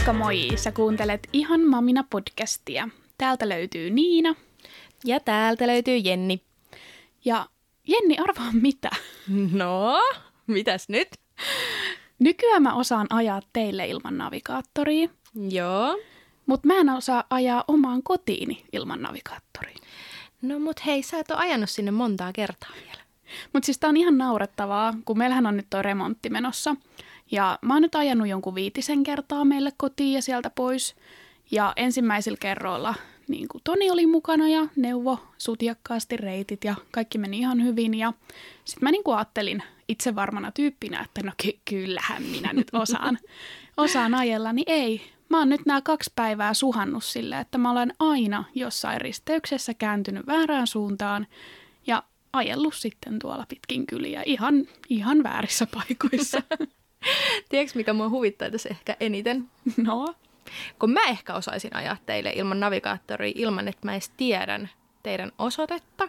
Moikka moi! Sä kuuntelet Ihan Mamina podcastia. Täältä löytyy Niina. Ja täältä löytyy Jenni. Ja Jenni, arvaa mitä? No, mitäs nyt? Nykyään mä osaan ajaa teille ilman navigaattoria. Joo. Mutta mä en osaa ajaa omaan kotiini ilman navigaattoria. No mut hei, sä et ole ajanut sinne montaa kertaa vielä. Mutta siis tää on ihan naurettavaa, kun meillähän on nyt toi remontti menossa. Ja mä oon nyt ajanut jonkun 5 kertaa meille kotiin ja sieltä pois. Ja ensimmäisillä kerroilla niin kuin Toni oli mukana ja neuvo sutjakkaasti reitit ja kaikki meni ihan hyvin. Ja sitten mä niin kuin ajattelin itse varmana tyyppinä, että no kyllähän minä nyt osaan ajella, niin ei. Mä oon nyt nämä 2 päivää suhannut silleen, että mä olen aina jossain risteyksessä kääntynyt väärään suuntaan ja ajellut sitten tuolla pitkin kyliä ihan väärissä paikoissa. Tiedätkö, mikä mua huvittaa tässä ehkä eniten? No? Kun mä ehkä osaisin ajaa teille ilman navigaattoria ilman, että mä edes tiedän teidän osoitetta.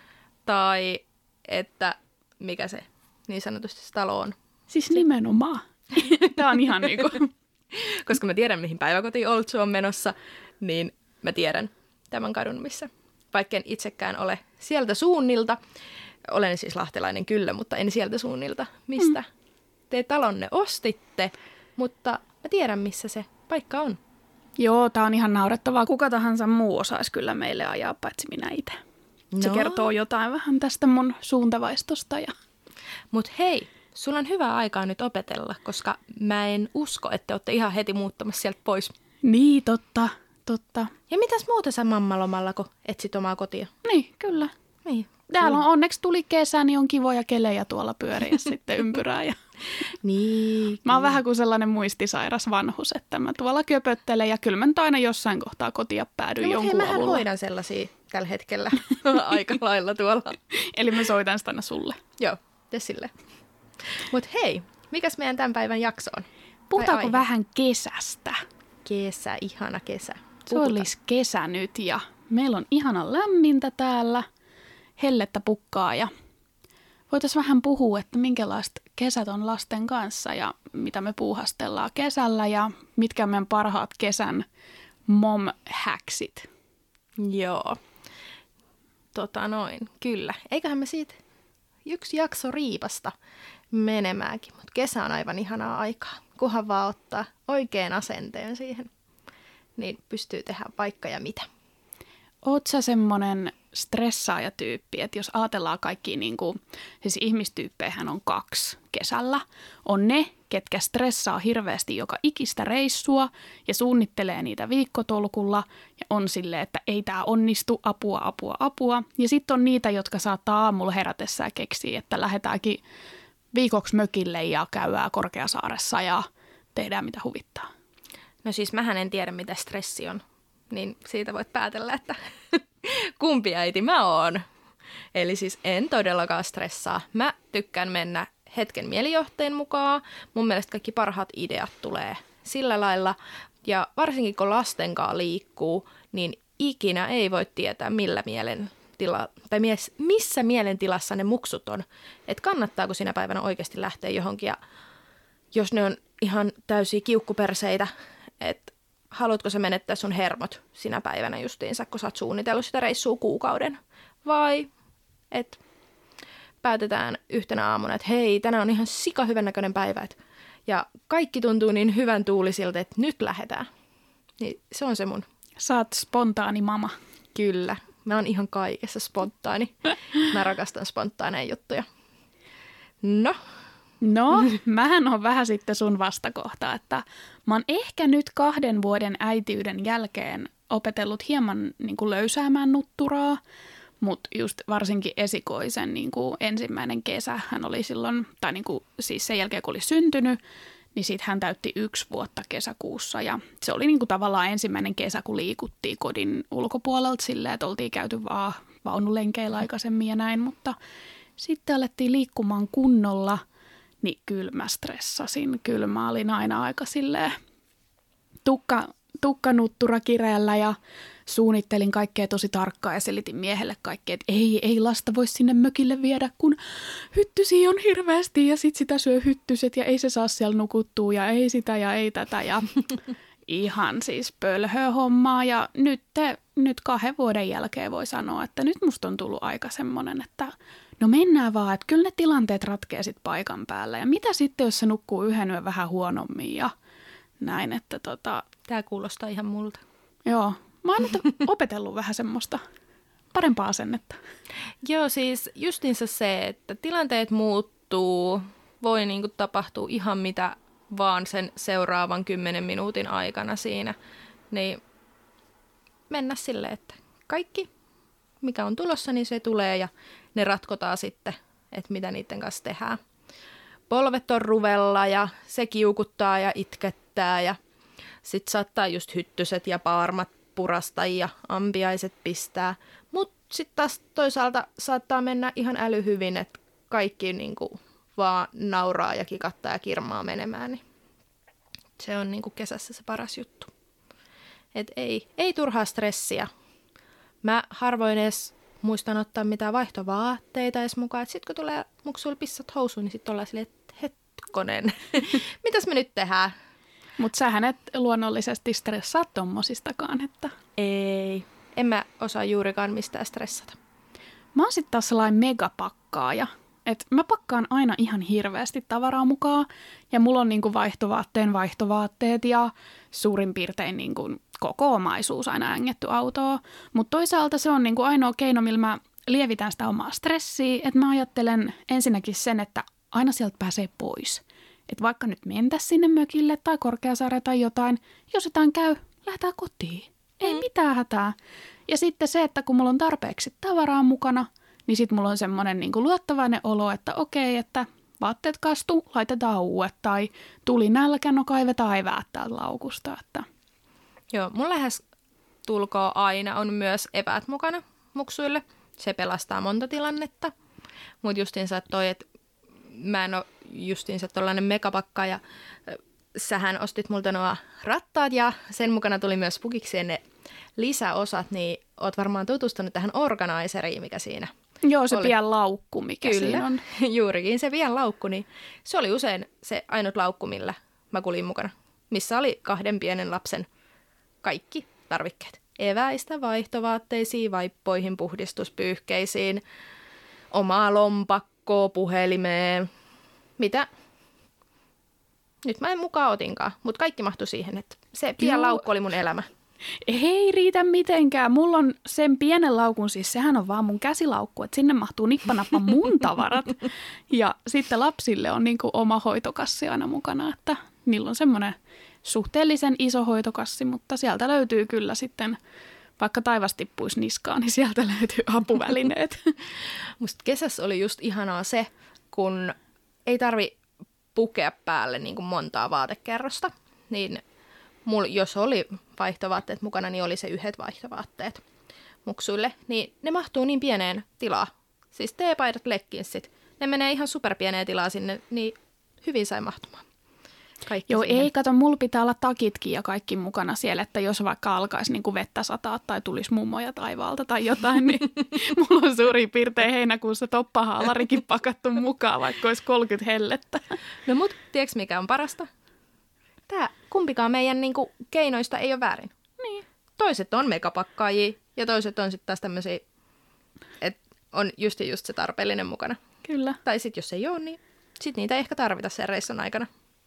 Tai että mikä se niin sanotusti se talo on. Siis nimenomaan. Tää on ihan niinku... Koska mä tiedän, mihin päiväkotiin Oltsu on menossa, niin mä tiedän tämän kadun, missä. Vaikka en itsekään ole sieltä suunnilta. Olen siis lahtelainen kyllä, mutta en sieltä suunnilta, mistä te talonne ostitte. Mutta mä tiedän, missä se paikka on. Joo, tää on ihan naurettavaa. Kuka tahansa muu osaisi kyllä meille ajaa, paitsi minä itse. Se kertoo jotain vähän tästä mun suuntavaistosta. Mut hei, sulla on hyvää aikaa nyt opetella, koska mä en usko, että olette ihan heti muuttamassa sieltä pois. Niin, totta. Ja mitäs muuta sä mammalomalla, kun etsit omaa kotia? Niin, kyllä. Niin. Täällä on onneksi tuli kesä, niin on kivoja kelejä tuolla pyöriä sitten ympyrää. Ja... Niin. Mä oon vähän kuin sellainen muistisairas vanhus, että mä tuolla köpöttelen ja kyllä mä nyt aina jossain kohtaa kotia päädyin jonkun avulla. Mähän hoidan sellaisia tällä hetkellä aika lailla tuolla. Eli mä soitan sitä aina sulle. Joo, tee sille. Mut hei, mikäs meidän tämän päivän jakso on? Puhutaanko vähän kesästä? Kesä, ihana kesä. Se olisi kesä nyt ja meillä on ihana lämmintä täällä. Hellettä pukkaa ja voitaisiin vähän puhua, että minkälaiset kesät on lasten kanssa ja mitä me puuhastellaan kesällä ja mitkä on meidän parhaat kesän mom-hacksit. Joo, kyllä. Eiköhän me siitä yksi jakso riipasta menemäänkin, mutta kesä on aivan ihanaa aikaa. Kunhan vaan ottaa oikean asenteen siihen, niin pystyy tehdä vaikka ja mitä. Oot sä semmonen stressaajatyyppi, että jos ajatellaan kaikkia, niin kuin, siis ihmistyyppejähän on 2 kesällä, on ne, ketkä stressaa hirveästi joka ikistä reissua ja suunnittelee niitä viikkotolkulla ja on silleen, että ei tää onnistu, apua. Ja sitten on niitä, jotka saattaa aamulla herätessään keksiä, että lähdetäänkin viikoksi mökille ja käydään Korkeasaaressa ja tehdään mitä huvittaa. No siis mähän en tiedä, mitä stressi on. Niin siitä voit päätellä, että kumpi äiti mä oon. Eli siis en todellakaan stressaa. Mä tykkään mennä hetken mielijohteen mukaan. Mun mielestä kaikki parhaat ideat tulee sillä lailla. Ja varsinkin kun lastenkaan liikkuu, niin ikinä ei voi tietää missä mielentilassa ne muksut on. Että kannattaako sinä päivänä oikeasti lähteä johonkin. Ja jos ne on ihan täysiä kiukkuperseitä, että haluatko sä menettää sun hermot sinä päivänä justiinsa, kun sä oot suunnitellut sitä reissua kuukauden? Vai että päätetään yhtenä aamuna, että hei, tänään on ihan sika hyvän näköinen päivä. Ja kaikki tuntuu niin hyvän tuulisilta, että nyt lähdetään. Niin se on se mun. Sä oot spontaani mama. Kyllä. Mä oon ihan kaikessa spontaani. Mä rakastan spontaaneja juttuja. No, mähän on vähän sitten sun vastakohta, että mä oon ehkä nyt 2 vuoden äitiyden jälkeen opetellut hieman niin kuin löysäämään nutturaa, mutta just varsinkin esikoisen niin kuin ensimmäinen kesä hän oli silloin, tai niin kuin, siis sen jälkeen kun oli syntynyt, niin sitten hän täytti 1 vuotta kesäkuussa ja se oli niin kuin tavallaan ensimmäinen kesä, kun liikuttiin kodin ulkopuolelta silleen, että oltiin käyty vaan vaunulenkeillä aikaisemmin ja näin, mutta sitten alettiin liikkumaan kunnolla. Niin kyllä mä stressasin. Kyllä mä olin aina aika silleen tukkanuttura kireällä ja suunnittelin kaikkea tosi tarkkaan ja selitin miehelle kaikkea, että ei lasta voi sinne mökille viedä, kun hyttysiä on hirveästi ja sit sitä syö hyttyset ja ei se saa siellä nukuttua ja ei sitä ja ei tätä. ihan siis pölhöhommaa ja nyt 2 vuoden jälkeen voi sanoa, että nyt musta on tullut aika semmoinen, että no mennään vaan, että kyllä ne tilanteet ratkeaa sit paikan päällä. Ja mitä sitten, jos se nukkuu yhden yön vähän huonommin ja näin, että Tämä kuulostaa ihan multa. Joo, mä oon nyt opetellut vähän semmoista parempaa asennetta. Joo, siis justiinsa se, että tilanteet muuttuu, voi niinku tapahtua ihan mitä vaan sen seuraavan 10 minuutin aikana siinä. Niin mennä silleen, että kaikki, mikä on tulossa, niin se tulee ja ne ratkotaan sitten, että mitä niiden kanssa tehdään. Polvet on ruvella ja se kiukuttaa ja itkettää ja sitten saattaa just hyttyset ja paarmat purasta ja ampiaiset pistää. Mutta sitten taas toisaalta saattaa mennä ihan älyhyvin, että kaikki niinku vaan nauraa ja kikattaa ja kirmaa menemään. Niin se on niinku kesässä se paras juttu. Et ei turhaa stressiä. Mä harvoin edes muistan ottaa mitään vaihtovaatteita edes mukaan. Sitten kun tulee muksuilla pissat housuun, niin sitten ollaan silleen, että hetkonen, mitäs me nyt tehdään? Mutta sähän et luonnollisesti stressaa tommosistakaan, että... Ei, en mä osaa juurikaan mistään stressata. Mä oon sitten taas sellainen megapakkaaja. Et mä pakkaan aina ihan hirveästi tavaraa mukaan ja mulla on niinku vaihtovaatteet ja suurin piirtein niinku koko omaisuus aina ängetty autoa. Mutta toisaalta se on niinku ainoa keino, millä mä lievitän sitä omaa stressiä. Että mä ajattelen ensinnäkin sen, että aina sieltä pääsee pois. Että vaikka nyt mentäisiin sinne mökille tai Korkeasaareen tai jotain, jos jotain käy, lähdetään kotiin. Ei mitään hätää. Ja sitten se, että kun mulla on tarpeeksi tavaraa mukana, niin sitten mulla on semmoinen niinku luottavainen olo, että okei, että vaatteet kastu, laitetaan uudet. Tai tuli nälkä, no kaivetaan eväät täältä laukusta. Että. Joo, mun lähes tulkoon aina on myös eväät mukana muksuille. Se pelastaa monta tilannetta. Mutta justiinsa toi, että mä en ole justiinsa tollainen megapakka ja sähän ostit multa nuo rattaat ja sen mukana tuli myös pukikseen ne lisäosat, niin oot varmaan tutustunut tähän organizeriin, mikä siinä Joo, se oli. Pian laukku, mikä Kyllä, siinä on. juurikin se Pian laukku, niin se oli usein se ainut laukku, millä mä kulin mukana, missä oli 2 pienen lapsen kaikki tarvikkeet. Eväistä vaihtovaatteisiin, vaippoihin, puhdistuspyyhkeisiin, omaa lompakkoa, puhelimeen, mitä nyt mä en mukaan otinkaan, mutta kaikki mahtui siihen, että se Pian laukku oli mun elämä. Ei riitä mitenkään. Mulla on sen pienen laukun, siis sehän on vaan mun käsilaukku, että sinne mahtuu nippanappa mun tavarat. Ja sitten lapsille on niin kuin oma hoitokassi aina mukana, että niillä on semmoinen suhteellisen iso hoitokassi, mutta sieltä löytyy kyllä sitten, vaikka taivas tippuisi niskaan, niin sieltä löytyy apuvälineet. Musta kesässä oli just ihanaa se, kun ei tarvi pukea päälle niin kuin montaa vaatekerrosta, niin jos oli vaihtovaatteet mukana, niin oli se 1 vaihtovaatteet muksuille, niin ne mahtuu niin pieneen tilaan. Siis teepaidat, lekkinssit, ne menee ihan superpieneen tilaa sinne, niin hyvin sai mahtumaan. Kaikki Joo, siihen. ei kato, mulla pitää olla takitkin ja kaikki mukana siellä, että jos vaikka alkaisi niin kuin vettä sataa tai tulisi mummoja taivaalta tai jotain, niin mulla on suurin piirtein heinäkuussa toppahaalarikin pakattu mukaan, vaikka olisi 30 hellettä. No mut, tiedätkö mikä on parasta? Kumpikaan meidän niinku keinoista ei ole väärin. Niin. Toiset on megapakkaajia ja toiset on sitten taas tämmöisiä, että on just se tarpeellinen mukana. Kyllä. Tai sitten jos ei ole, niin sitten niitä ei ehkä tarvita sen reissun aikana.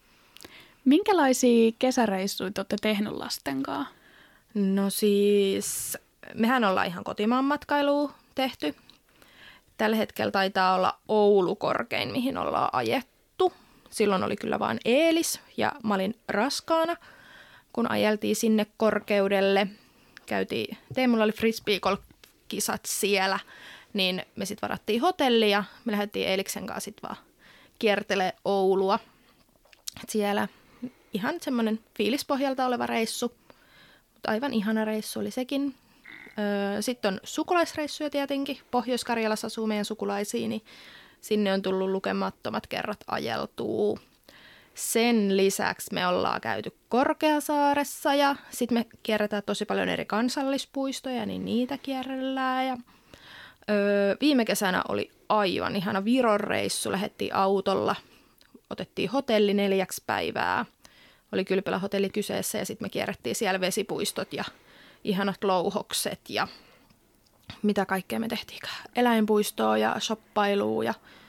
Minkälaisia kesäreissuja te olette tehnyt lasten kanssa? No siis, mehän ollaan ihan kotimaan matkailua tehty. Tällä hetkellä taitaa olla Oulu korkein, mihin ollaan ajettu. Silloin oli kyllä vaan Eelis ja mä olin raskaana, kun ajeltiin sinne korkeudelle. Teemulla oli frisbeegolf-kisat siellä, niin me sitten varattiin hotelli ja me lähdettiin Eeliksen kanssa sitten vaan kiertelemään Oulua. Siellä ihan semmoinen fiilispohjalta oleva reissu, mutta aivan ihana reissu oli sekin. Sitten on sukulaisreissuja tietenkin. Pohjois-Karjalassa asuu meidän sukulaisia, niin sinne on tullut lukemattomat kerrat ajeltua. Sen lisäksi me ollaan käyty Korkeasaaressa ja sitten me kierretään tosi paljon eri kansallispuistoja, niin niitä kierrellään. Ja, viime kesänä oli aivan ihana Viron reissu. Lähdettiin autolla, otettiin hotelli 4 päivää. oli kylpylähotelli kyseessä ja sitten me kierrettiin siellä vesipuistot ja ihanat louhokset ja mitä kaikkea me tehtiin. Eläinpuistoa ja shoppailua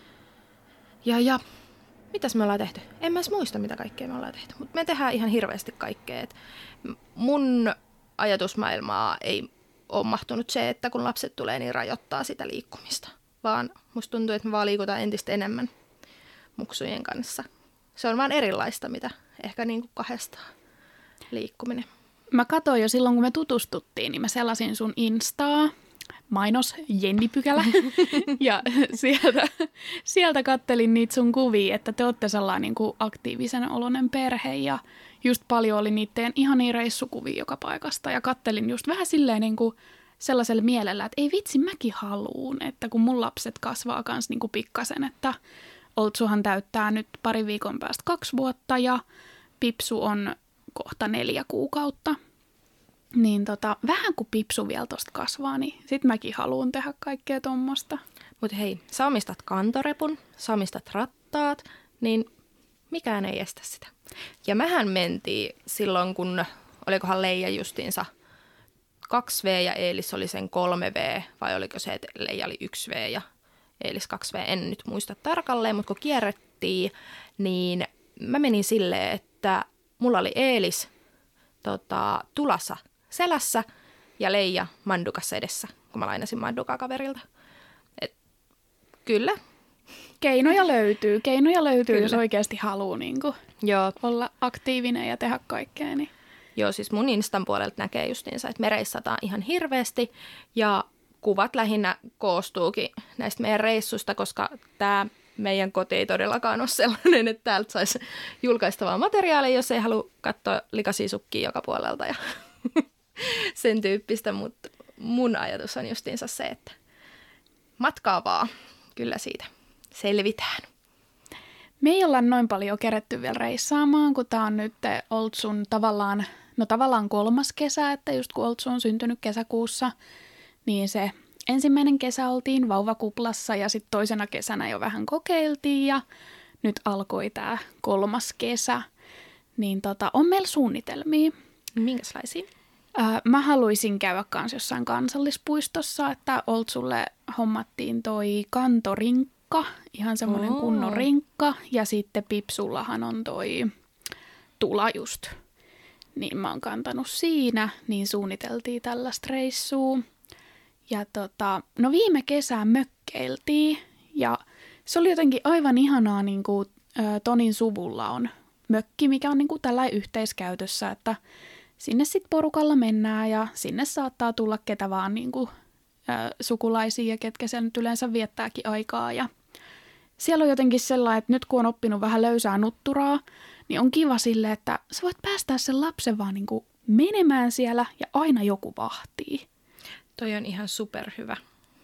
ja mitäs me ollaan tehty? En mä edes muista, mitä kaikkea me ollaan tehty, mutta me tehdään ihan hirveästi kaikkea. Et mun ajatusmaailmaa ei ole mahtunut se, että kun lapset tulee, niin rajoittaa sitä liikkumista, vaan musta tuntuu, että me vaan liikutaan entistä enemmän muksujen kanssa. Se on vaan erilaista, mitä ehkä niin kuin kahdestaan liikkuminen. Mä katsoin jo silloin, kun me tutustuttiin, niin mä selasin sun Instaa, mainos Jenni Pykälä, ja sieltä kattelin niitä sun kuvia, että te olette sellainen niin kuin aktiivisen oloinen perhe, ja just paljon oli niiden ihania reissukuvia joka paikasta, ja kattelin just vähän silleen niin kuin sellaisella mielellä, että ei vitsi, mäkin haluun, että kun mun lapset kasvaa kans niin kuin pikkasen, että Oltsuhan täyttää nyt 2 viikon päästä 2 vuotta, ja Pipsu on kohta 4 kuukautta. Niin vähän kun Pipsu vielä tosta kasvaa, niin sit mäkin haluan tehdä kaikkea tommosta. Mut hei, sä omistat kantorepun, sä omistat rattaat, niin mikään ei estä sitä. Ja mähän mentiin silloin, kun olikohan Leija justiinsa 2V ja Eelis oli sen 3V, vai oliko se, että Leija oli 1V ja Eelis 2V, en nyt muista tarkalleen, mutta kun kierrettiin, niin mä menin silleen, että mulla oli Eelis tulassa selässä ja Leija mandukassa edessä, kun mä lainasin mandukaa kaverilta. Et, kyllä. Keinoja löytyy, kyllä. Jos oikeasti haluaa niin olla aktiivinen ja tehdä kaikkea. Niin. Joo, siis mun Instan puolelta näkee justiinsa, että me reissataan ihan hirveästi ja kuvat lähinnä koostuukin näistä meidän reissusta, koska tämä meidän koti ei todellakaan ole sellainen, että täältä saisi julkaistavaa materiaalia, jos ei halua katsoa likaisia sukkia joka puolelta ja sen tyyppistä, mutta mun ajatus on justiinsa se, että matkaa vaan, kyllä siitä selvitään. Me ei olla noin paljon keretty vielä reissaamaan, kun tää on nyt Oltsun tavallaan 3. kesä, että just kun Oltsu on syntynyt kesäkuussa, niin se ensimmäinen kesä oltiin vauvakuplassa ja sitten toisena kesänä jo vähän kokeiltiin ja nyt alkoi tämä 3. kesä. Niin on meillä suunnitelmia. Minkälaisia? Mä haluaisin käydä kans jossain kansallispuistossa, että Oltsulle hommattiin toi kantorinkka, ihan semmoinen kunnon rinkka. Ja sitten Pipsullahan on toi tula just. Niin mä oon kantanut siinä, niin suunniteltiin tällaista reissua. Ja viime kesään mökkeiltiin ja se oli jotenkin aivan ihanaa, niin kuin Tonin suvulla on mökki, mikä on niin kuin tällainen yhteiskäytössä, että sinne sitten porukalla mennään ja sinne saattaa tulla ketä vaan niin kuin, sukulaisia ja ketkä siellä nyt yleensä viettääkin aikaa. Ja siellä on jotenkin sellainen, että nyt kun on oppinut vähän löysää nutturaa, niin on kiva silleen, että sä voit päästää sen lapsen vaan niin kuin menemään siellä ja aina joku vahtii. Toi on ihan superhyvä.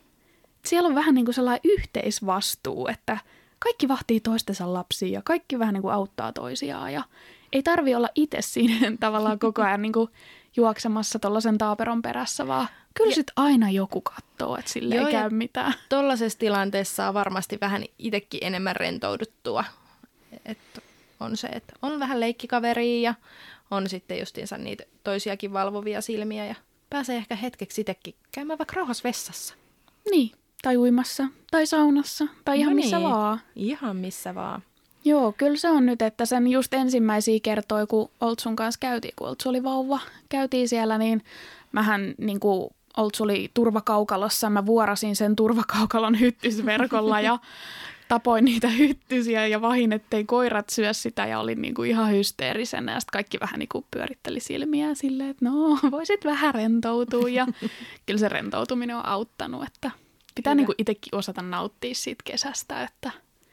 Siellä on vähän niin kuin sellainen yhteisvastuu, että kaikki vahtii toistensa lapsia ja kaikki vähän niin kuin auttaa toisiaan. Ja ei tarvi olla itse siinä tavallaan koko ajan niin kuin juoksemassa tuollaisen taaperon perässä, vaan kyllä sitten aina joku katsoo, että sille ei käy mitään. Tuollaisessa tilanteessa on varmasti vähän itsekin enemmän rentouduttua. Että on se, että on vähän leikkikaveria ja on sitten justiinsa niitä toisiakin valvovia silmiä ja pääsee ehkä hetkeksi itsekin käymään vaikka rauhassa vessassa. Niin, tai uimassa, tai saunassa, tai ihan missä vaan. Ihan missä vaan. Joo, kyllä se on nyt, että sen just ensimmäisiä kertoi, kun Oltsun kanssa käytiin, kun Oltsu oli vauva. Käytiin siellä, niin mähän niin kuin Oltsu oli turvakaukalossa, mä vuorasin sen turvakaukalon hyttysverkolla ja tapoin niitä hyttysiä ja vahin, ettei koirat syö sitä ja olin niin kuin ihan hysteerisenä. Ja sitten kaikki vähän niin kuin pyöritteli silmiä silleen, että no voisit vähän rentoutua ja kyllä se rentoutuminen on auttanut, että pitää niin kuin itsekin osata nauttia siitä kesästä, että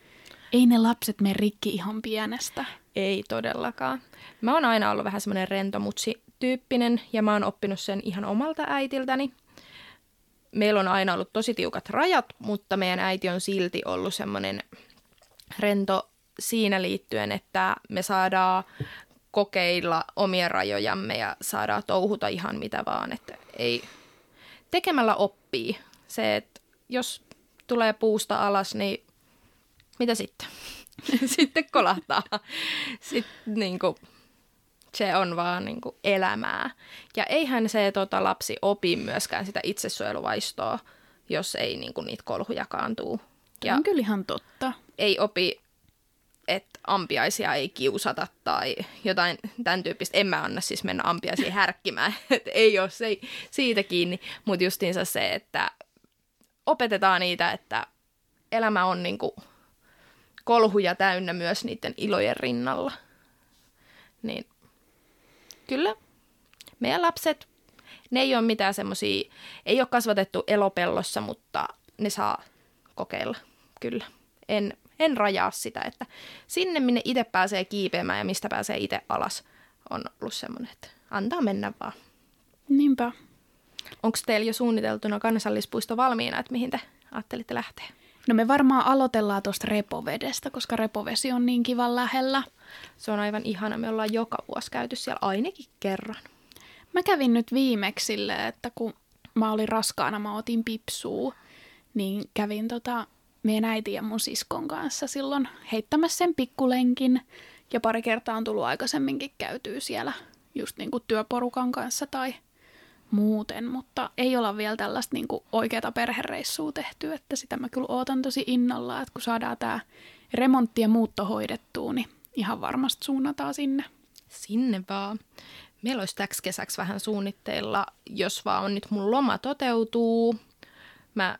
ei ne lapset mene rikki ihan pienestä. Ei todellakaan. Mä oon aina ollut vähän semmoinen rentomutsi-tyyppinen ja mä oon oppinut sen ihan omalta äitiltäni. Meillä on aina ollut tosi tiukat rajat, mutta meidän äiti on silti ollut semmoinen rento siinä liittyen, että me saadaan kokeilla omia rajojamme ja saadaan touhuta ihan mitä vaan. Että ei tekemällä oppii. Se, että jos tulee puusta alas, niin mitä sitten? Sitten kolahtaa. Sitten niin kuin Se on vaan niin kuin elämää. Ja eihän se lapsi opi myöskään sitä itsesuojeluvaistoa, jos ei niin kuin niitä kolhuja kaantuu. Ja on kyllä ihan totta. Ei opi, että ampiaisia ei kiusata tai jotain tämän tyyppistä. En mä anna siis mennä ampiaisiin härkkimään. Ei ole se, siitä kiinni. Mutta justiinsa se, että opetetaan niitä, että elämä on niin kuin kolhuja täynnä myös niiden ilojen rinnalla. Niin kyllä meidän lapset, ne ei ole mitään semmoisia, ei ole kasvatettu elopellossa, mutta ne saa kokeilla, kyllä. En rajaa sitä, että sinne minne itse pääsee kiipeämään ja mistä pääsee itse alas, on ollut semmoinen, että antaa mennä vaan. Niinpä. Onko teillä jo suunniteltuna kansallispuisto valmiina, että mihin te ajattelitte lähteä? No me varmaan aloitellaan tuosta Repovedestä, koska Repovesi on niin kivan lähellä. Se on aivan ihana. Me ollaan joka vuosi käyty siellä ainakin kerran. Mä kävin nyt viimeksi silleen, että kun mä olin raskaana, mä otin pipsua, niin kävin meidän äiti ja mun siskon kanssa silloin heittämässä sen pikkulenkin. Ja pari kertaa on tullut aikaisemminkin käytyä siellä just niin kuin työporukan kanssa tai muuten, mutta ei olla vielä tällaista niin kuin oikeata perhereissua tehty, että sitä mä kyllä ootan tosi innolla, että kun saadaan tämä remontti ja muutto hoidettua, niin ihan varmasti suunnataan sinne. Sinne vaan. Meillä olisi täksi kesäksi vähän suunnitteilla, jos vaan on nyt mun loma toteutuu. Mä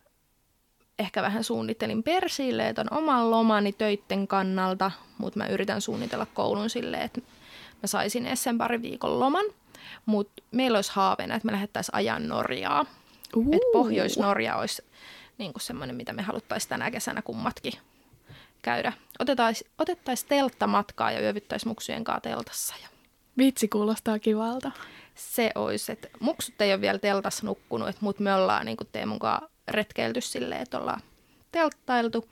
ehkä vähän suunnittelin Persille, että on oman lomani töitten kannalta, mutta mä yritän suunnitella koulun silleen, että mä saisin edes sen pari viikon loman. Mutta meillä olisi haaveena, että me lähdettäisiin ajan Norjaa. Että Pohjois-Norja olisi niinku semmoinen, mitä me haluttaisiin tänä kesänä kummatkin käydä. Otettaisiin telttamatkaa ja yövyttäisiin muksujen kanssa teltassa. Vitsi, kuulostaa kivalta. Se olisi, että muksut ei ole vielä teltassa nukkunut, mutta me ollaan niin kuin Teemun kanssa retkeilty silleen, että ollaan telttailtu.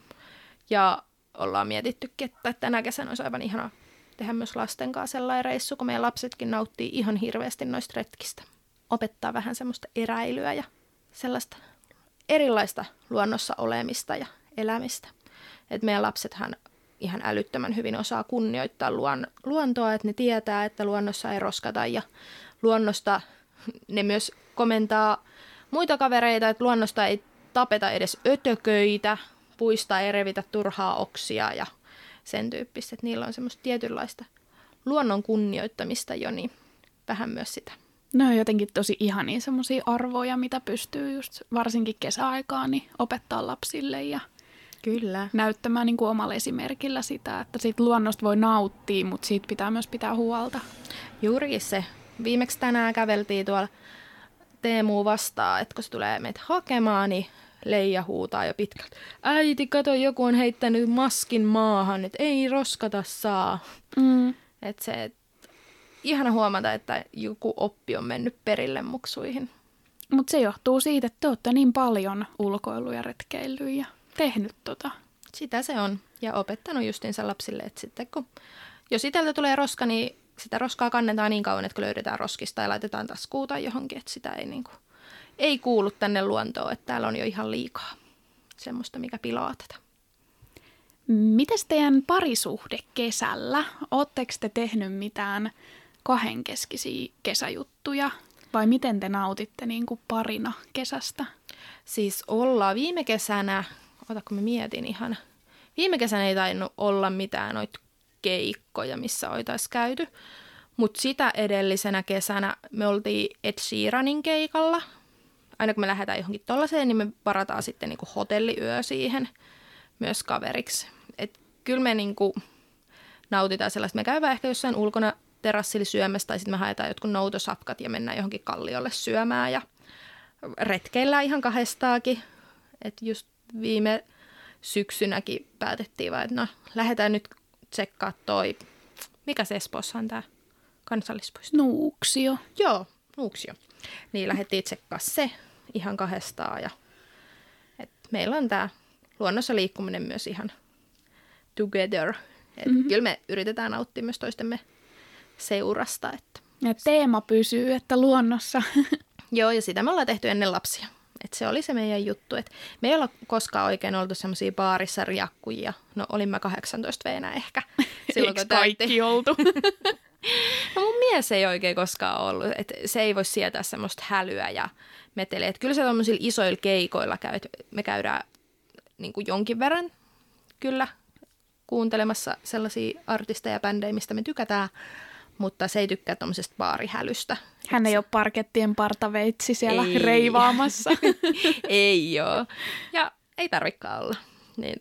Ja ollaan mietittykin, että tänä kesänä olisi aivan ihana tehdä myös lasten kanssa sellainen reissu, kun meidän lapsetkin nauttii ihan hirveästi noista retkistä. Opettaa vähän semmoista eräilyä ja sellaista erilaista luonnossa olemista ja elämistä. Et meidän lapsethan ihan älyttömän hyvin osaa kunnioittaa luontoa, että ne tietää, että luonnossa ei roskata ja luonnosta ne myös komentaa muita kavereita, että luonnosta ei tapeta edes ötököitä, puista ei revitä turhaa oksia ja sen tyyppistä, että niillä on semmoista tietynlaista luonnon kunnioittamista jo, niin vähän myös sitä. Ne on jotenkin tosi ihania semmoisia arvoja, mitä pystyy just varsinkin kesäaikaan niin opettaa lapsille ja kyllä näyttämään niin kuin omalla esimerkillä sitä, että siitä luonnosta voi nauttia, mutta siitä pitää myös pitää huolta. Juurikin se. Viimeksi tänään käveltiin tuolla Teemua vastaan, että kun se tulee meitä hakemaan, niin Leija huutaa jo pitkältä. Äiti, kato, joku on heittänyt maskin maahan, että ei roskata saa. Että se, ihana huomata, että joku oppi on mennyt perille muksuihin. Mutta se johtuu siitä, että te olette niin paljon ulkoiluja ja retkeillyt ja tehnyt tota. Sitä se on. Ja opettanut justiinsa lapsille, että sitten kun jos itseltä tulee roska, niin sitä roskaa kannetaan niin kauan, että kun löydetään roskista ja laitetaan taskuun tai johonkin, että sitä ei kuulu tänne luontoon, että täällä on jo ihan liikaa semmoista, mikä pilaa tätä. Mites teidän parisuhde kesällä? Ootteko te tehnyt mitään kahdenkeskisiä kesäjuttuja vai miten te nautitte niin kuin parina kesästä? Siis ollaan viime kesänä, kun mä mietin ihan, viime kesänä ei tainnut olla mitään noita keikkoja, missä oltaisiin käyty, mutta sitä edellisenä kesänä me oltiin Ed Sheeranin keikalla. Aina kun me lähdetään johonkin tollaiseen, niin me varataan sitten niinku hotelliyö siihen myös kaveriksi. Et kyllä me niinku nautitaan sellaista. Me käydään ehkä jossain ulkona terassilla syömässä tai sitten me haetaan jotkut noutosapkat ja mennään johonkin kalliolle syömään ja retkeillään ihan kahdestaakin. Et just viime syksynäkin päätettiin vaan, että no lähdetään nyt tsekkaa toi, mikä se Espoossa on tää kansallispuisto? Nuuksio. Joo, Nuuksio. Niin lähdettiin tsekkaa se ihan kahdestaan ja meillä on tää luonnossa liikkuminen myös ihan together. Kyllä me yritetään nauttia myös toistemme seurasta. Että. Ja teema pysyy, että luonnossa. Joo, ja sitä me ollaan tehty ennen lapsia. Et se oli se meidän juttu. Et me ei olla koskaan oikein oltu semmoisia baarissa riakkujia. No olin mä 18 veenä ehkä. Silloin, eikö kaikki oltu? No mun mies ei oikein koskaan ollut, että se ei voi sietää semmoista hälyä ja meteliä. Että kyllä se tommosilla isoilla keikoilla käy, että me käydään niin kuin jonkin verran kyllä kuuntelemassa sellaisia artisteja ja bändejä, mistä me tykätään, mutta se ei tykkää tommosesta baarihälystä. Hän ei ole parkettien partaveitsi siellä reivaamassa. Ei oo. Ja ei tarvikaan olla. Niin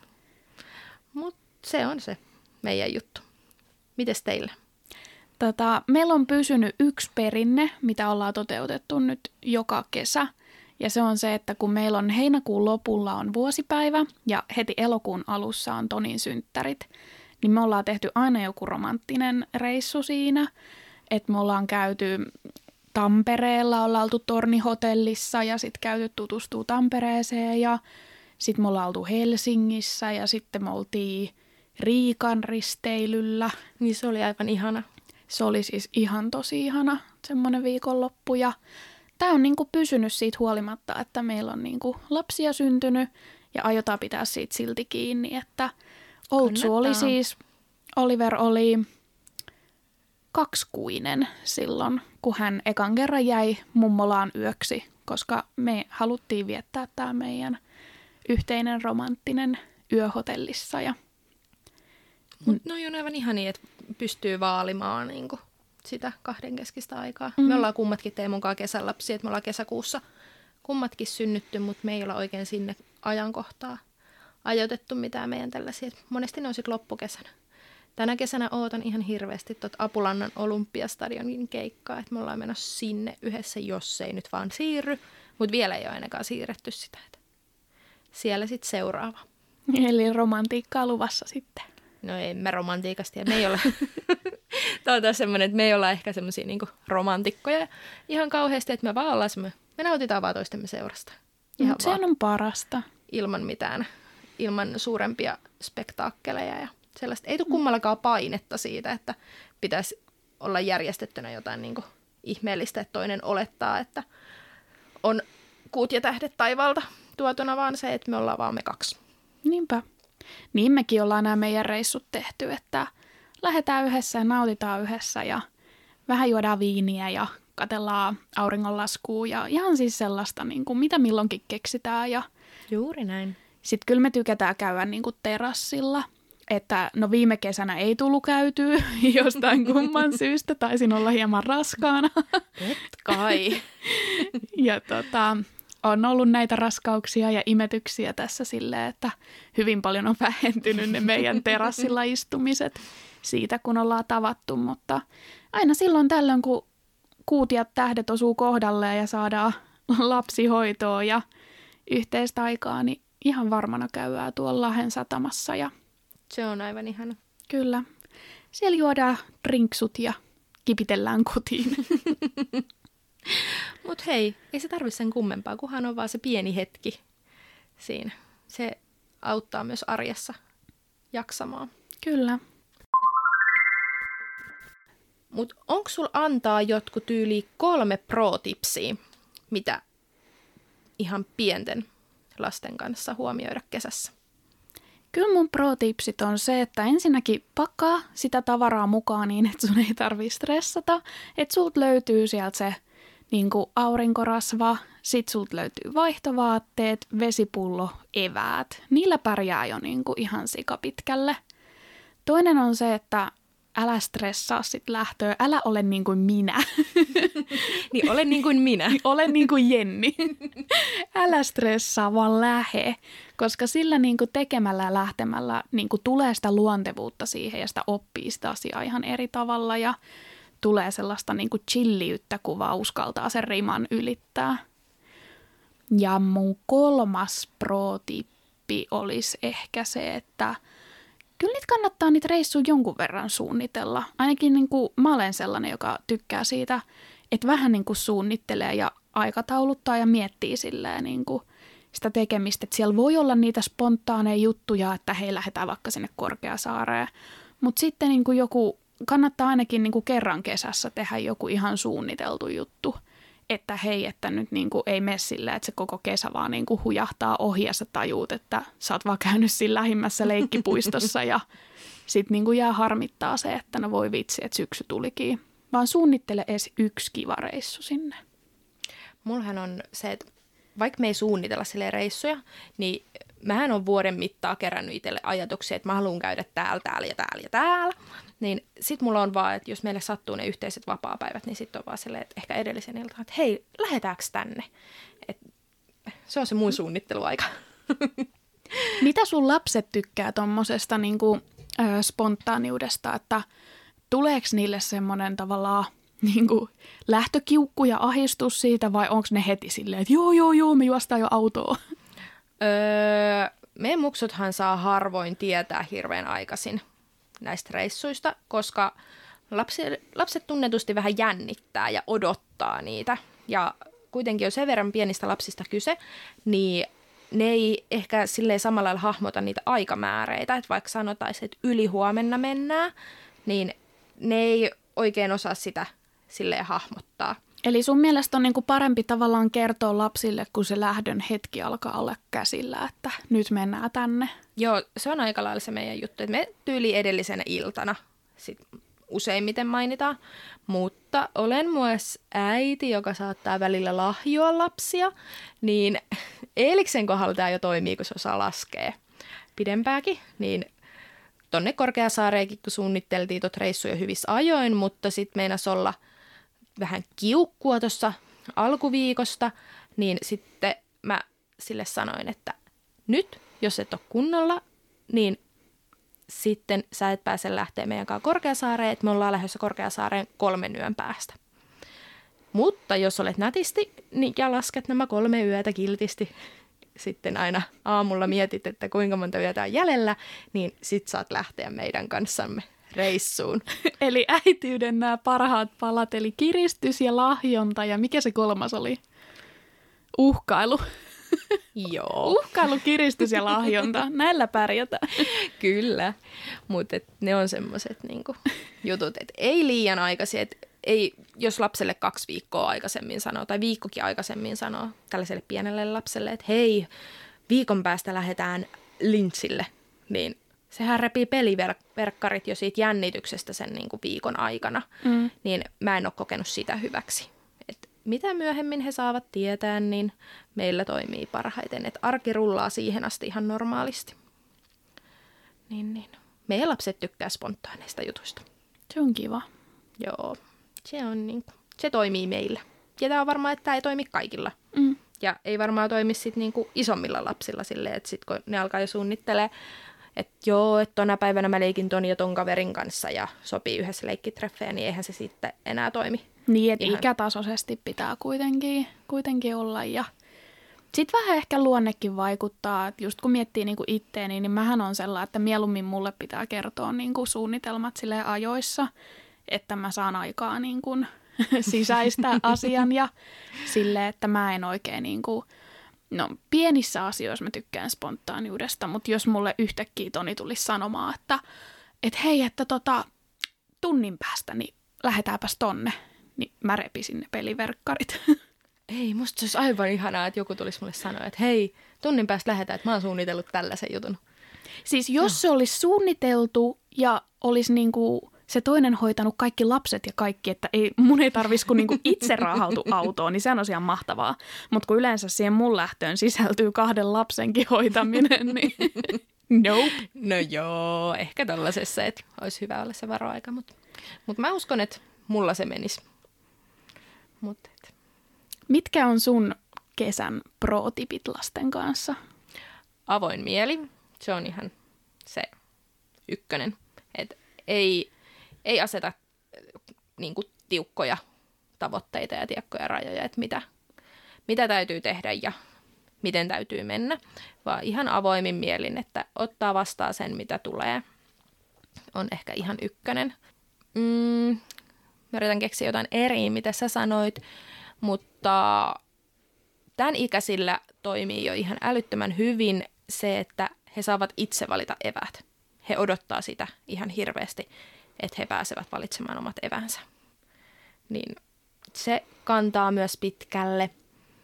Mutta se on se meidän juttu. Mites teillä? Meillä on pysynyt yksi perinne, mitä ollaan toteutettu nyt joka kesä. Ja se on se, että kun meillä on heinäkuun lopulla on vuosipäivä ja heti elokuun alussa on Tonin synttärit, niin me ollaan tehty aina joku romanttinen reissu siinä. Että me ollaan käyty Tampereella, ollaan oltu Tornihotellissa ja sitten käyty tutustua Tampereeseen ja sitten me ollaan oltu Helsingissä ja sitten me oltiin Riikan risteilyllä. Niin se oli aivan ihana. Se oli siis ihan tosi ihana semmoinen viikonloppu ja tämä on niinku pysynyt siitä huolimatta, että meillä on niinku lapsia syntynyt ja aiotaan pitää siitä silti kiinni, että Outsu oli siis, Oliver oli 2-kuinen silloin, kun hän ekan kerran jäi mummolaan yöksi, koska me haluttiin viettää tämä meidän yhteinen romanttinen yö hotellissa. Mutta noi on aivan ihania, että pystyy vaalimaan niinku sitä kahdenkeskistä aikaa. Me ollaan kummatkin Teemunkaan kesälapsia, että me ollaan kesäkuussa kummatkin synnytty, mutta me ei olla oikein sinne ajankohtaa ajoitettu mitään meidän tällaisia. Monesti ne on sitten loppukesänä. Tänä kesänä ootan ihan hirveästi Apulannan Olympiastadionin keikkaa, että me ollaan menossa sinne yhdessä, jos ei nyt vaan siirry. Mutta vielä ei ole ainakaan siirretty sitä. Että siellä sitten seuraava. Eli romantiikkaa luvassa sitten. No ei me romantiikasta ja me ei ole. Tämä on taas semmoinen, että me ei olla ehkä semmoisia niinku romantikkoja ihan kauheasti, että me vaan ollaan semmoinen, me nautitaan vaan toistemme seurasta. Mutta se on parasta. Ilman suurempia spektaakkeleja ja sellaista. Ei tule kummallakaan painetta siitä, että pitäisi olla järjestettynä jotain niinku ihmeellistä, että toinen olettaa, että on kuut ja tähdet taivaalta tuotuna, vaan se, että me ollaan vaan me kaksi. Niinpä. Niin mekin ollaan nämä meidän reissut tehty, että lähdetään yhdessä ja nautitaan yhdessä ja vähän juodaan viiniä ja katsellaan auringonlaskua ja ihan siis sellaista, niin kuin mitä milloinkin keksitään. Ja juuri näin. Sitten kyllä me tykätään käydä niin kuin terassilla, että no viime kesänä ei tullut käytyä jostain kumman syystä, taisin olla hieman raskaana. Et kai. Ja on ollut näitä raskauksia ja imetyksiä tässä silleen, että hyvin paljon on vähentynyt ne meidän terassilla istumiset siitä, kun ollaan tavattu, mutta aina silloin tällöin, kun kuut ja tähdet osuu kohdalleen ja saadaan lapsihoitoa ja yhteistä aikaa, niin ihan varmana käydään tuolla Lahden satamassa. Ja se on aivan ihana. Kyllä. Siellä juodaan drinksut ja kipitellään kotiin. Mut hei, ei se tarvitse sen kummempaa, kunhan on vaan se pieni hetki siinä. Se auttaa myös arjessa jaksamaan. Kyllä. Mut onko sul antaa jotkut tyyli 3 pro-tipsiä, mitä ihan pienten lasten kanssa huomioida kesässä? Kyllä mun pro-tipsit on se, että ensinnäkin pakkaa sitä tavaraa mukaan niin, että sun ei tarvitse stressata. Että sulta löytyy sieltä se niin kuin aurinkorasva, sit sulta löytyy vaihtovaatteet, vesipullo, eväät. Niillä pärjää jo niin kuin ihan sikapitkälle. Toinen on se, että älä stressaa sit lähtöä, älä ole niin kuin minä. Niin ole niin kuin minä. Ole niin kuin Jenni. Älä stressaa, vaan lähe. Koska sillä niin kuin tekemällä ja lähtemällä niin kuin tulee sitä luontevuutta siihen ja sitä oppii sitä asiaa ihan eri tavalla ja tulee sellaista niin kuin chilliyttä, kun vaan uskaltaa sen riman ylittää. Ja mun 3. pro-tippi olisi ehkä se, että kyllä niitä kannattaa niitä reissuja jonkun verran suunnitella. Ainakin niin kuin mä olen sellainen, joka tykkää siitä, että vähän niin kuin suunnittelee ja aikatauluttaa ja miettii silleen niin kuin sitä tekemistä. Että siellä voi olla niitä spontaaneja juttuja, että hei, lähdetään vaikka sinne Korkeasaareen. Mutta sitten niin kuin kannattaa ainakin niin kuin kerran kesässä tehdä joku ihan suunniteltu juttu. Että hei, että nyt niin kuin ei mene silleen, että se koko kesä vaan niin kuin hujahtaa ohi ja sä tajuut, että sä oot vaan käynyt siinä lähimmässä leikkipuistossa ja sitten niinku jää harmittaa se, että no voi vitsi, että syksy tulikin. Vaan suunnittele edes yksi kiva reissu sinne. Mullahan on se, että vaikka me ei suunnitella sille reissuja, niin mähän on vuoden mittaa kerännyt itselle ajatuksia, että mä haluan käydä täällä ja täällä. Niin sit mulla on vaan, että jos meille sattuu ne yhteiset vapaapäivät, niin sit on vaan silleen, että ehkä edellisen iltaan, että hei, lähdetäänkö tänne? Et se on se mun suunnitteluaika. Mitä sun lapset tykkää tommosesta niinku, spontaaniudesta, että tuleeko niille semmoinen tavallaan niinku, lähtökiukku ja ahdistus siitä vai onko ne heti silleen, että joo, me juostaan jo autoa? Meidän muksuthan saa harvoin tietää hirveän aikaisin näistä reissuista, koska lapset tunnetusti vähän jännittää ja odottaa niitä. Ja kuitenkin on sen verran pienistä lapsista kyse, niin ne ei ehkä silleen samalla lailla hahmota niitä aikamääreitä. Että vaikka sanotaisiin, että ylihuomenna mennään, niin ne ei oikein osaa sitä silleen hahmottaa. Eli sun mielestä on niinku parempi tavallaan kertoa lapsille, kun se lähdön hetki alkaa olla käsillä, että nyt mennään tänne? Joo, se on aika lailla se meidän juttu, että me tyyli edellisenä iltana sit useimmiten mainitaan, mutta olen myös äiti, joka saattaa välillä lahjoa lapsia, niin Eeliksen kohdalla tämä jo toimii, kun se osaa laskea pidempääkin, niin tonne Korkeasaareekin, kun suunnitteltiin tot reissuja hyvissä ajoin, mutta sitten meinasi olla vähän kiukkua tuossa alkuviikosta, niin sitten mä sille sanoin, että nyt, jos et ole kunnolla, niin sitten sä et pääse lähteä meidän kanssa Korkeasaareen, että me ollaan lähdössä Korkeasaareen 3 yön päästä. Mutta jos olet nätisti niin, ja lasket nämä 3 yötä kiltisti, sitten aina aamulla mietit, että kuinka monta yötä on jäljellä, niin sit saat lähteä meidän kanssamme reissuun. Eli äitiyden nämä parhaat palat, eli kiristys ja lahjonta ja mikä se 3 oli? Uhkailu. Joo. Uhkailu, kiristys ja lahjonta. Näillä pärjätään. Kyllä, mutta ne on semmoiset niinku jutut, että ei liian aikaisin, että ei, jos lapselle 2 viikkoa aikaisemmin sanoo tai viikkokin aikaisemmin sanoo tällaiselle pienelle lapselle, että hei, viikon päästä lähdetään lintsille, niin sehän repii peliverkkarit jo siitä jännityksestä sen niinku viikon aikana, niin mä en ole kokenut sitä hyväksi. Et mitä myöhemmin he saavat tietää, niin meillä toimii parhaiten, että arki rullaa siihen asti ihan normaalisti. Niin. Meidän lapset tykkää spontaaneista jutuista. Se on kiva. Joo, se toimii meillä. Ja tämä on varmaan, että tämä ei toimi kaikilla. Ja ei varmaan toimi sitten niinku isommilla lapsilla silleen, että sitten kun ne alkaa jo suunnittelemaan, että joo, että tona päivänä mä leikin ton ja ton kaverin kanssa ja sopii yhdessä leikkitreffejä, niin eihän se sitten enää toimi. Niin, että ikätasoisesti pitää kuitenkin olla. Ja sitten vähän ehkä luonnekin vaikuttaa, että just kun miettii niinku itteeni, niin mähän on sellainen, että mieluummin mulle pitää kertoa niinku suunnitelmat silleen ajoissa, että mä saan aikaa niinku sisäistää asian ja silleen, että mä en oikein niinku, no pienissä asioissa mä tykkään spontaaniudesta, mutta jos mulle yhtäkkiä Toni tulisi sanomaan, että hei, että tunnin päästä, niin lähdetäänpäs tonne, niin mä repisin ne peliverkkarit. Ei, musta se olisi aivan ihanaa, että joku tulisi mulle sanoa, että hei, tunnin päästä lähdetään, että mä oon suunnitellut tällaisen jutun. Siis jos se olisi suunniteltu ja olisi niinku se toinen hoitanut kaikki lapset ja kaikki, että mun ei tarvitsisi kun niinku itse raahautu autoon, niin se on ihan mahtavaa. Mutta kun yleensä siihen mun lähtöön sisältyy 2 lapsenkin hoitaminen, niin nope. No joo, ehkä tollasessa, että olisi hyvä olla se varoaika, mutta mä uskon, että mulla se menisi. Mitkä on sun kesän pro-tipit lasten kanssa? Avoin mieli, se on ihan se ykkönen. Et ei aseta niinku tiukkoja tavoitteita ja tiukkoja rajoja, että mitä täytyy tehdä ja miten täytyy mennä, vaan ihan avoimin mielin, että ottaa vastaan sen, mitä tulee, on ehkä ihan ykkönen. Mä yritän keksiä jotain eri, mitä sä sanoit, mutta tämän ikäisillä toimii jo ihan älyttömän hyvin se, että he saavat itse valita eväät. He odottaa sitä ihan hirveästi, että he pääsevät valitsemaan omat evänsä. Niin se kantaa myös pitkälle.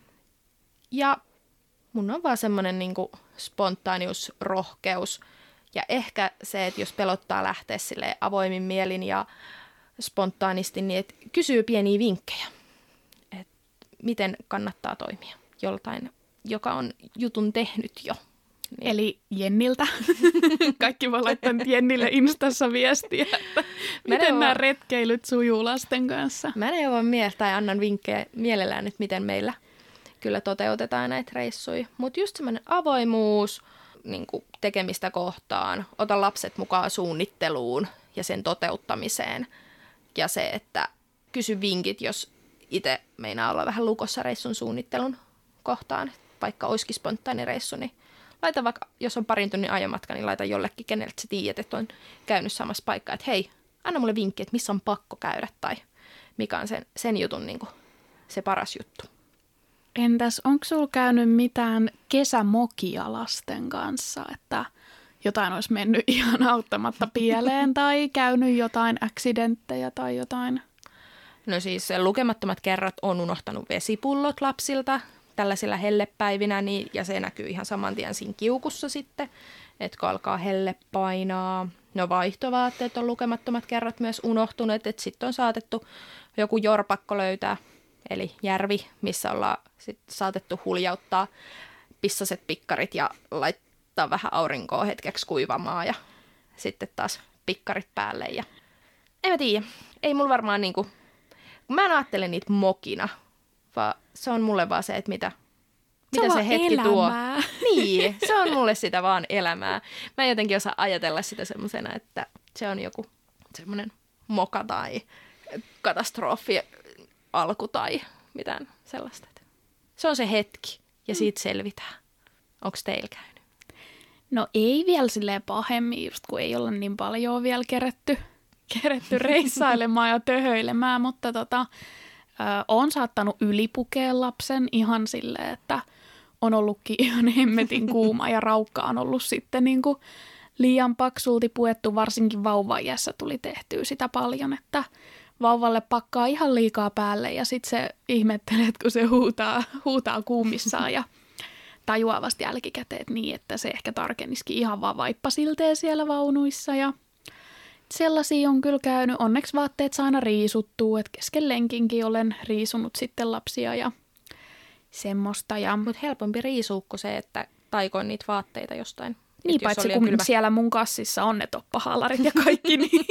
Ja mun on vaan semmoinen niinku spontaanius, rohkeus Ja ehkä se, että jos pelottaa lähteä silleen avoimin mielin ja spontaanisti, niin että kysyy pieniä vinkkejä, että miten kannattaa toimia joltain, joka on jutun tehnyt jo. Niin. Eli Jenniltä. Kaikki voi laittaa Jennille Instassa viestiä, että miten nämä retkeilyt sujuu lasten kanssa. Mä neuvon tai annan vinkkejä mielellään, että miten meillä kyllä toteutetaan näitä reissuja. Mutta just semmoinen avoimuus niin kuin tekemistä kohtaan, ota lapset mukaan suunnitteluun ja sen toteuttamiseen. Ja se, että kysy vinkit, jos itse meinaa olla vähän lukossa reissun suunnittelun kohtaan, vaikka olisikin spontaani reissu, niin laita vaikka, jos on parin tunnin ajomatka, niin laita jollekin, keneltä sä tiedät, että on käynyt samassa paikkaa, että hei, anna mulle vinkki, että missä on pakko käydä tai mikä on sen jutun niin kuin se paras juttu. Entäs onko sulla käynyt mitään kesämokia lasten kanssa, että jotain olisi mennyt ihan auttamatta pieleen tai käynyt jotain accidenttejä tai jotain? No siis lukemattomat kerrat on unohtanut vesipullot lapsilta tällaisilla hellepäivinä, niin, ja se näkyy ihan saman tien siinä kiukussa sitten, että kun alkaa helle painaa. No vaihtovaatteet on lukemattomat kerrat myös unohtuneet, että sitten on saatettu joku jorpakko löytää, eli järvi, missä ollaan sit saatettu huljauttaa pissaset pikkarit ja laittaa vähän aurinkoa hetkeksi kuivamaan ja sitten taas pikkarit päälle. Ja en mä tiedä, ei mulla varmaan niinku, mä en ajattele niitä mokina, vaan se on mulle vaan se, että mitä se hetki elämää. Tuo. Niin, se on mulle sitä vaan elämää. Mä en jotenkin osaa ajatella sitä semmosena, että se on joku semmoinen moka tai katastrofi alku tai mitään sellaista. Se on se hetki ja siitä selvitään. Onko teillä käynyt? No ei vielä silleen pahemmin, just kun ei olla niin paljon vielä keretty reissailemaan ja töhöilemään, mutta olen saattanut ylipukea lapsen ihan silleen, että on ollutkin ihan hemmetin kuuma ja raukka on ollut sitten niin kuin liian paksulti puettu, varsinkin vauvaiässä tuli tehtyä sitä paljon, että vauvalle pakkaa ihan liikaa päälle ja sitten se ihmettelee, kun se huutaa kuumissaan ja tajuaa vasta jälkikäteen niin, että se ehkä tarkenisikin ihan vaan vaippasilteen siellä vaunuissa ja sellaisia on kyllä käynyt. Onneksi vaatteet saa aina riisuttua, että kesken lenkinkin olen riisunut sitten lapsia ja semmoista. Mutta helpompi riisuukko se, että taikoin niitä vaatteita jostain. Niin, paitsi kun kylmä. Siellä mun kassissa on ne toppahaalarit ja kaikki. Niin.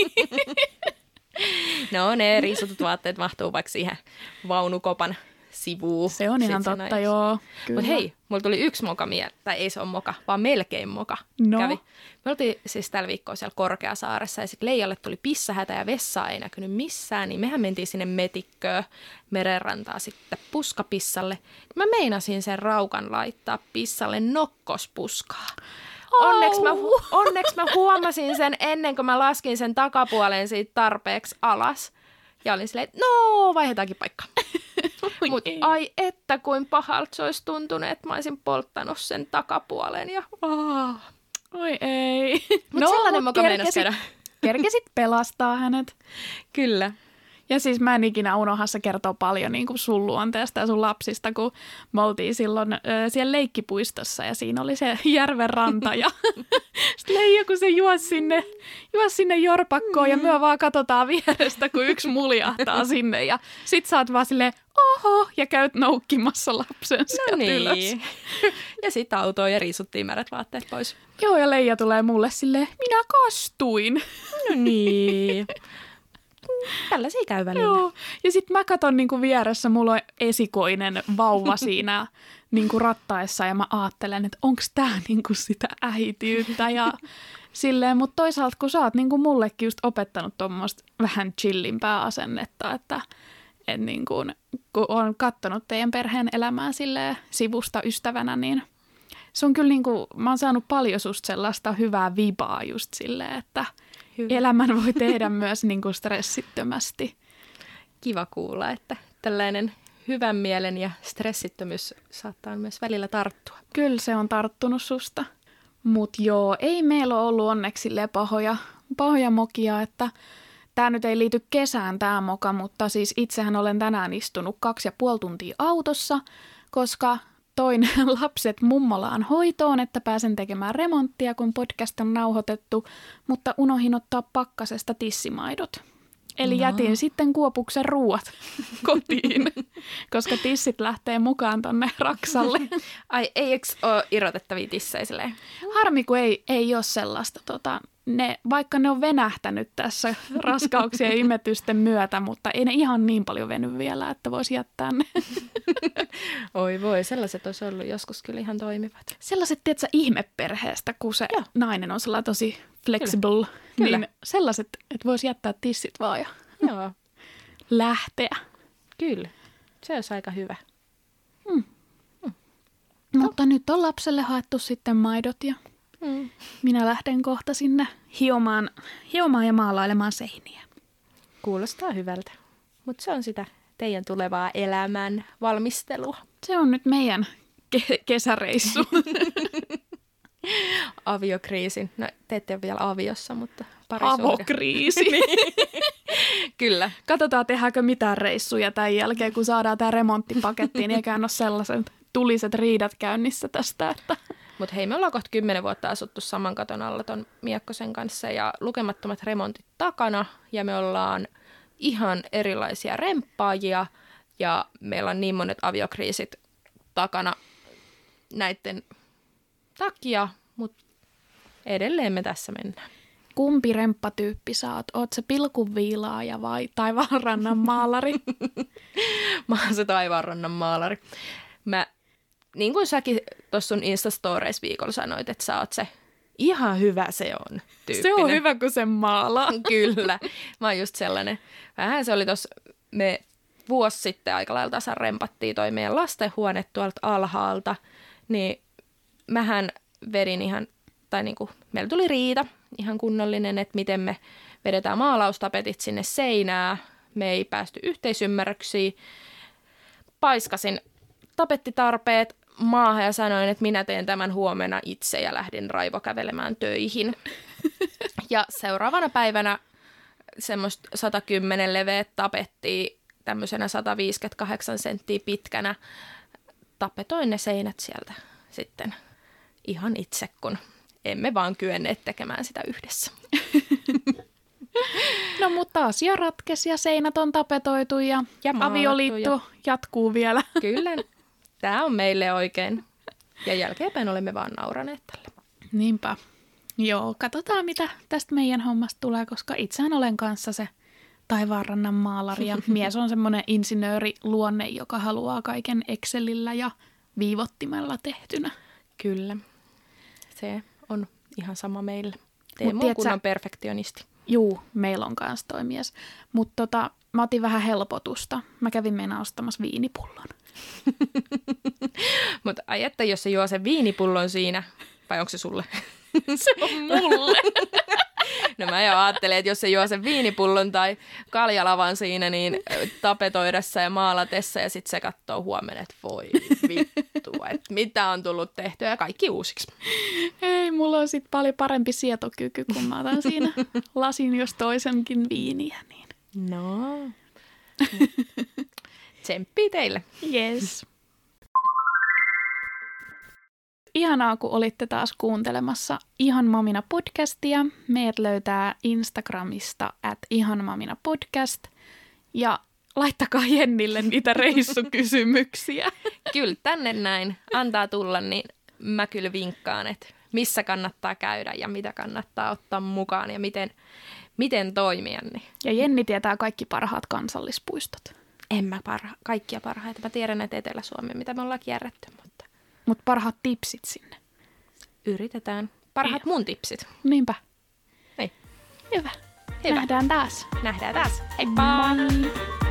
No ne riisutut vaatteet mahtuu vaikka siihen vaunukopan sivuun. Se on ihan totta, joo. Mutta hei, mulla tuli yksi moka tai ei se ole moka, vaan melkein moka. No. Kävi. Me oltiin siis tällä viikkoa siellä Korkeasaaressa ja sitten Leijalle tuli pissahätä ja vessaa ei näkynyt missään, niin mehän mentiin sinne metikköön merenrantaa sitten puskapissalle. Mä meinasin sen raukan laittaa pissalle nokkospuskaa. Onneksi mä huomasin sen ennen kuin mä laskin sen takapuolen siitä tarpeeksi alas. Ja olin silleen, että no, vaihdetaankin paikka. Mutta ai että kuin pahalta se olisi tuntunut, että mä olisin polttanut sen takapuolen. Ja, oi ei. Mutta sellainen moka meinas käydä. Kerkesit pelastaa hänet. Kyllä. Ja siis mä en ikinä unohda, se kertoo paljon niin kuin sun luonteesta ja sun lapsista, kun me oltiin silloin siellä leikkipuistossa ja siinä oli se järven ranta ja sitten Leija, kun se juosi sinne jorpakkoon ja myö vaan katsotaan vierestä, kun yksi muljahtaa sinne ja sit sä oot vaan silleen, oho, ja käyt noukkimassa lapsen sieltä ylös. Ja sit autoon ja riisuttiin märät vaatteet pois. Joo, ja Leija tulee mulle silleen, minä kastuin. No niin. Tällaisia käy välillä. Joo. Ja sitten mä katson niinku vieressä, mulla on esikoinen vauva siinä niinku rattaessa ja mä ajattelen, että onks tää niinku sitä äitiyttä ja silleen. Mutta toisaalta kun sä oot niinku mullekin just opettanut tuommoista vähän chillimpää asennetta, että niinku, kun oon katsonut teidän perheen elämää silleen sivusta ystävänä, niin se on kyllä niinku, mä oon saanut paljon susta sellaista hyvää vibaa just silleen, että elämän voi tehdä myös niin kuin stressittömästi. Kiva kuulla, että tällainen hyvän mielen ja stressittömyys saattaa myös välillä tarttua. Kyllä se on tarttunut susta. Mutta joo, ei meillä ole ollut onneksi pahoja mokia, että tämä nyt ei liity kesään tämä moka, mutta siis itsehän olen tänään istunut 2,5 tuntia autossa, koska toin lapset mummolaan hoitoon, että pääsen tekemään remonttia, kun podcast on nauhoitettu, mutta unohin ottaa pakkasesta tissimaidot. Eli jätin sitten Kuopuksen ruuat kotiin, koska tissit lähtee mukaan tonne Raksalle. Ai, eikö ole irrotettavia tissejä silleen? Harmi, kun ei ole sellaista. Vaikka ne on venähtänyt tässä raskauksien ja imetysten myötä, mutta ei ne ihan niin paljon veny vielä, että voisi jättää ne. Oi voi, sellaiset olisi ollut joskus kyllä ihan toimivat. Sellaiset, tietsä, ihmeperheestä, kun se nainen on sellainen tosi flexible. Kyllä. Niin sellaiset, että voisi jättää tissit vaan ja Joo. lähteä. Kyllä, se olisi aika hyvä. Mutta nyt on lapselle haettu sitten maidot ja minä lähden kohta sinne hiomaan ja maalailemaan seiniä. Kuulostaa hyvältä, mutta se on sitä teidän tulevaa elämän valmistelua. Se on nyt meidän kesäreissu. Aviokriisin. No, te ette ole vielä aviossa, mutta parisuhde. Avokriisi. Kyllä. Katsotaan, tehdäänkö mitään reissuja tämän jälkeen, kun saadaan tämä remonttipakettiin, eikä ole sellaiset tuliset riidat käynnissä tästä. Että... Mutta hei, me ollaan kohta 10 vuotta asuttu saman katon alla ton Miekkosen kanssa ja lukemattomat remontit takana. Ja me ollaan ihan erilaisia remppaajia ja meillä on niin monet aviokriisit takana näiden takia, mutta edelleen me tässä mennään. Kumpi remppatyyppi sä oot? Oot se pilkunviilaaja vai taivaanrannan maalari? Mä oon se taivaanrannan maalari. Mä, niin kuin säkin tuossa sun Insta-stories viikolla sanoit, että sä oot se ihan hyvä se on tyyppinen. Se on hyvä, kun sen maalaa. Kyllä. Mä oon just sellainen. Vähän se oli tossa, me vuosi sitten aika lailla tasan rempattiin toi meidän lastenhuone tuolta alhaalta, niin mähän vedin ihan, tai niinku, meillä tuli riita, ihan kunnollinen, että miten me vedetään maalaustapetit sinne seinään. Me ei päästy yhteisymmärryksiin. Paiskasin tapettitarpeet maahan ja sanoin, että minä teen tämän huomenna itse ja lähdin raivokävelemään töihin. Ja seuraavana päivänä semmoista 110 leveät tapettia tämmöisenä 158 senttiä pitkänä. Tapetoin ne seinät sieltä sitten ihan itse, kun emme vaan kyenneet tekemään sitä yhdessä. No mutta asia ratkesi ja seinät on tapetoitu ja avioliitto jatkuu vielä. Kyllä, tämä on meille oikein. Ja jälkeenpäin olemme vaan nauraneet tälle. Niinpä. Joo, katsotaan mitä tästä meidän hommasta tulee, koska itsehän olen kanssa se taivaanrannan maalari ja mies on semmoinen insinööriluonne, joka haluaa kaiken Excelillä ja viivottimella tehtynä. Kyllä, se on ihan sama meille. Teemu on kunnon perfektionisti. Juu, meillä on kanssa toi mies. Mutta mä otin vähän helpotusta. Mä kävin meinaan ostamassa viinipullon. Mutta ai että jos se juo sen viinipullon siinä, vai onko se sulle? Se on mulle. No mä jo ajattelen, että jos se juo sen viinipullon tai kaljalavan siinä, niin tapetoidessa ja maalatessa ja sitten se katsoo huomenna, että voi vittu, että mitä on tullut tehtyä ja kaikki uusiksi. Ei, mulla on sitten paljon parempi sietokyky, kun mä otan siinä lasin jos toisenkin viiniä. Niin. No, tsemppii teille. Yes. Ihanaa, kun olitte taas kuuntelemassa Ihan Mamina podcastia. Meidät löytää Instagramista @ihanmaminapodcast. Ja laittakaa Jennille niitä reissukysymyksiä. Kyllä, tänne näin. Antaa tulla, niin mä kyllä vinkkaan, että missä kannattaa käydä ja mitä kannattaa ottaa mukaan ja miten toimia. Niin. Ja Jenni tietää kaikki parhaat kansallispuistot. En mä kaikkia parhaita. Mä tiedän näitä Etelä-Suomea, mitä me ollaan kierretty, mutta... Mutta parhaat tipsit sinne. Yritetään. Parhaat mun tipsit. Niinpä. Ei. Hyvä. Nähdään taas. Heippa! Moi!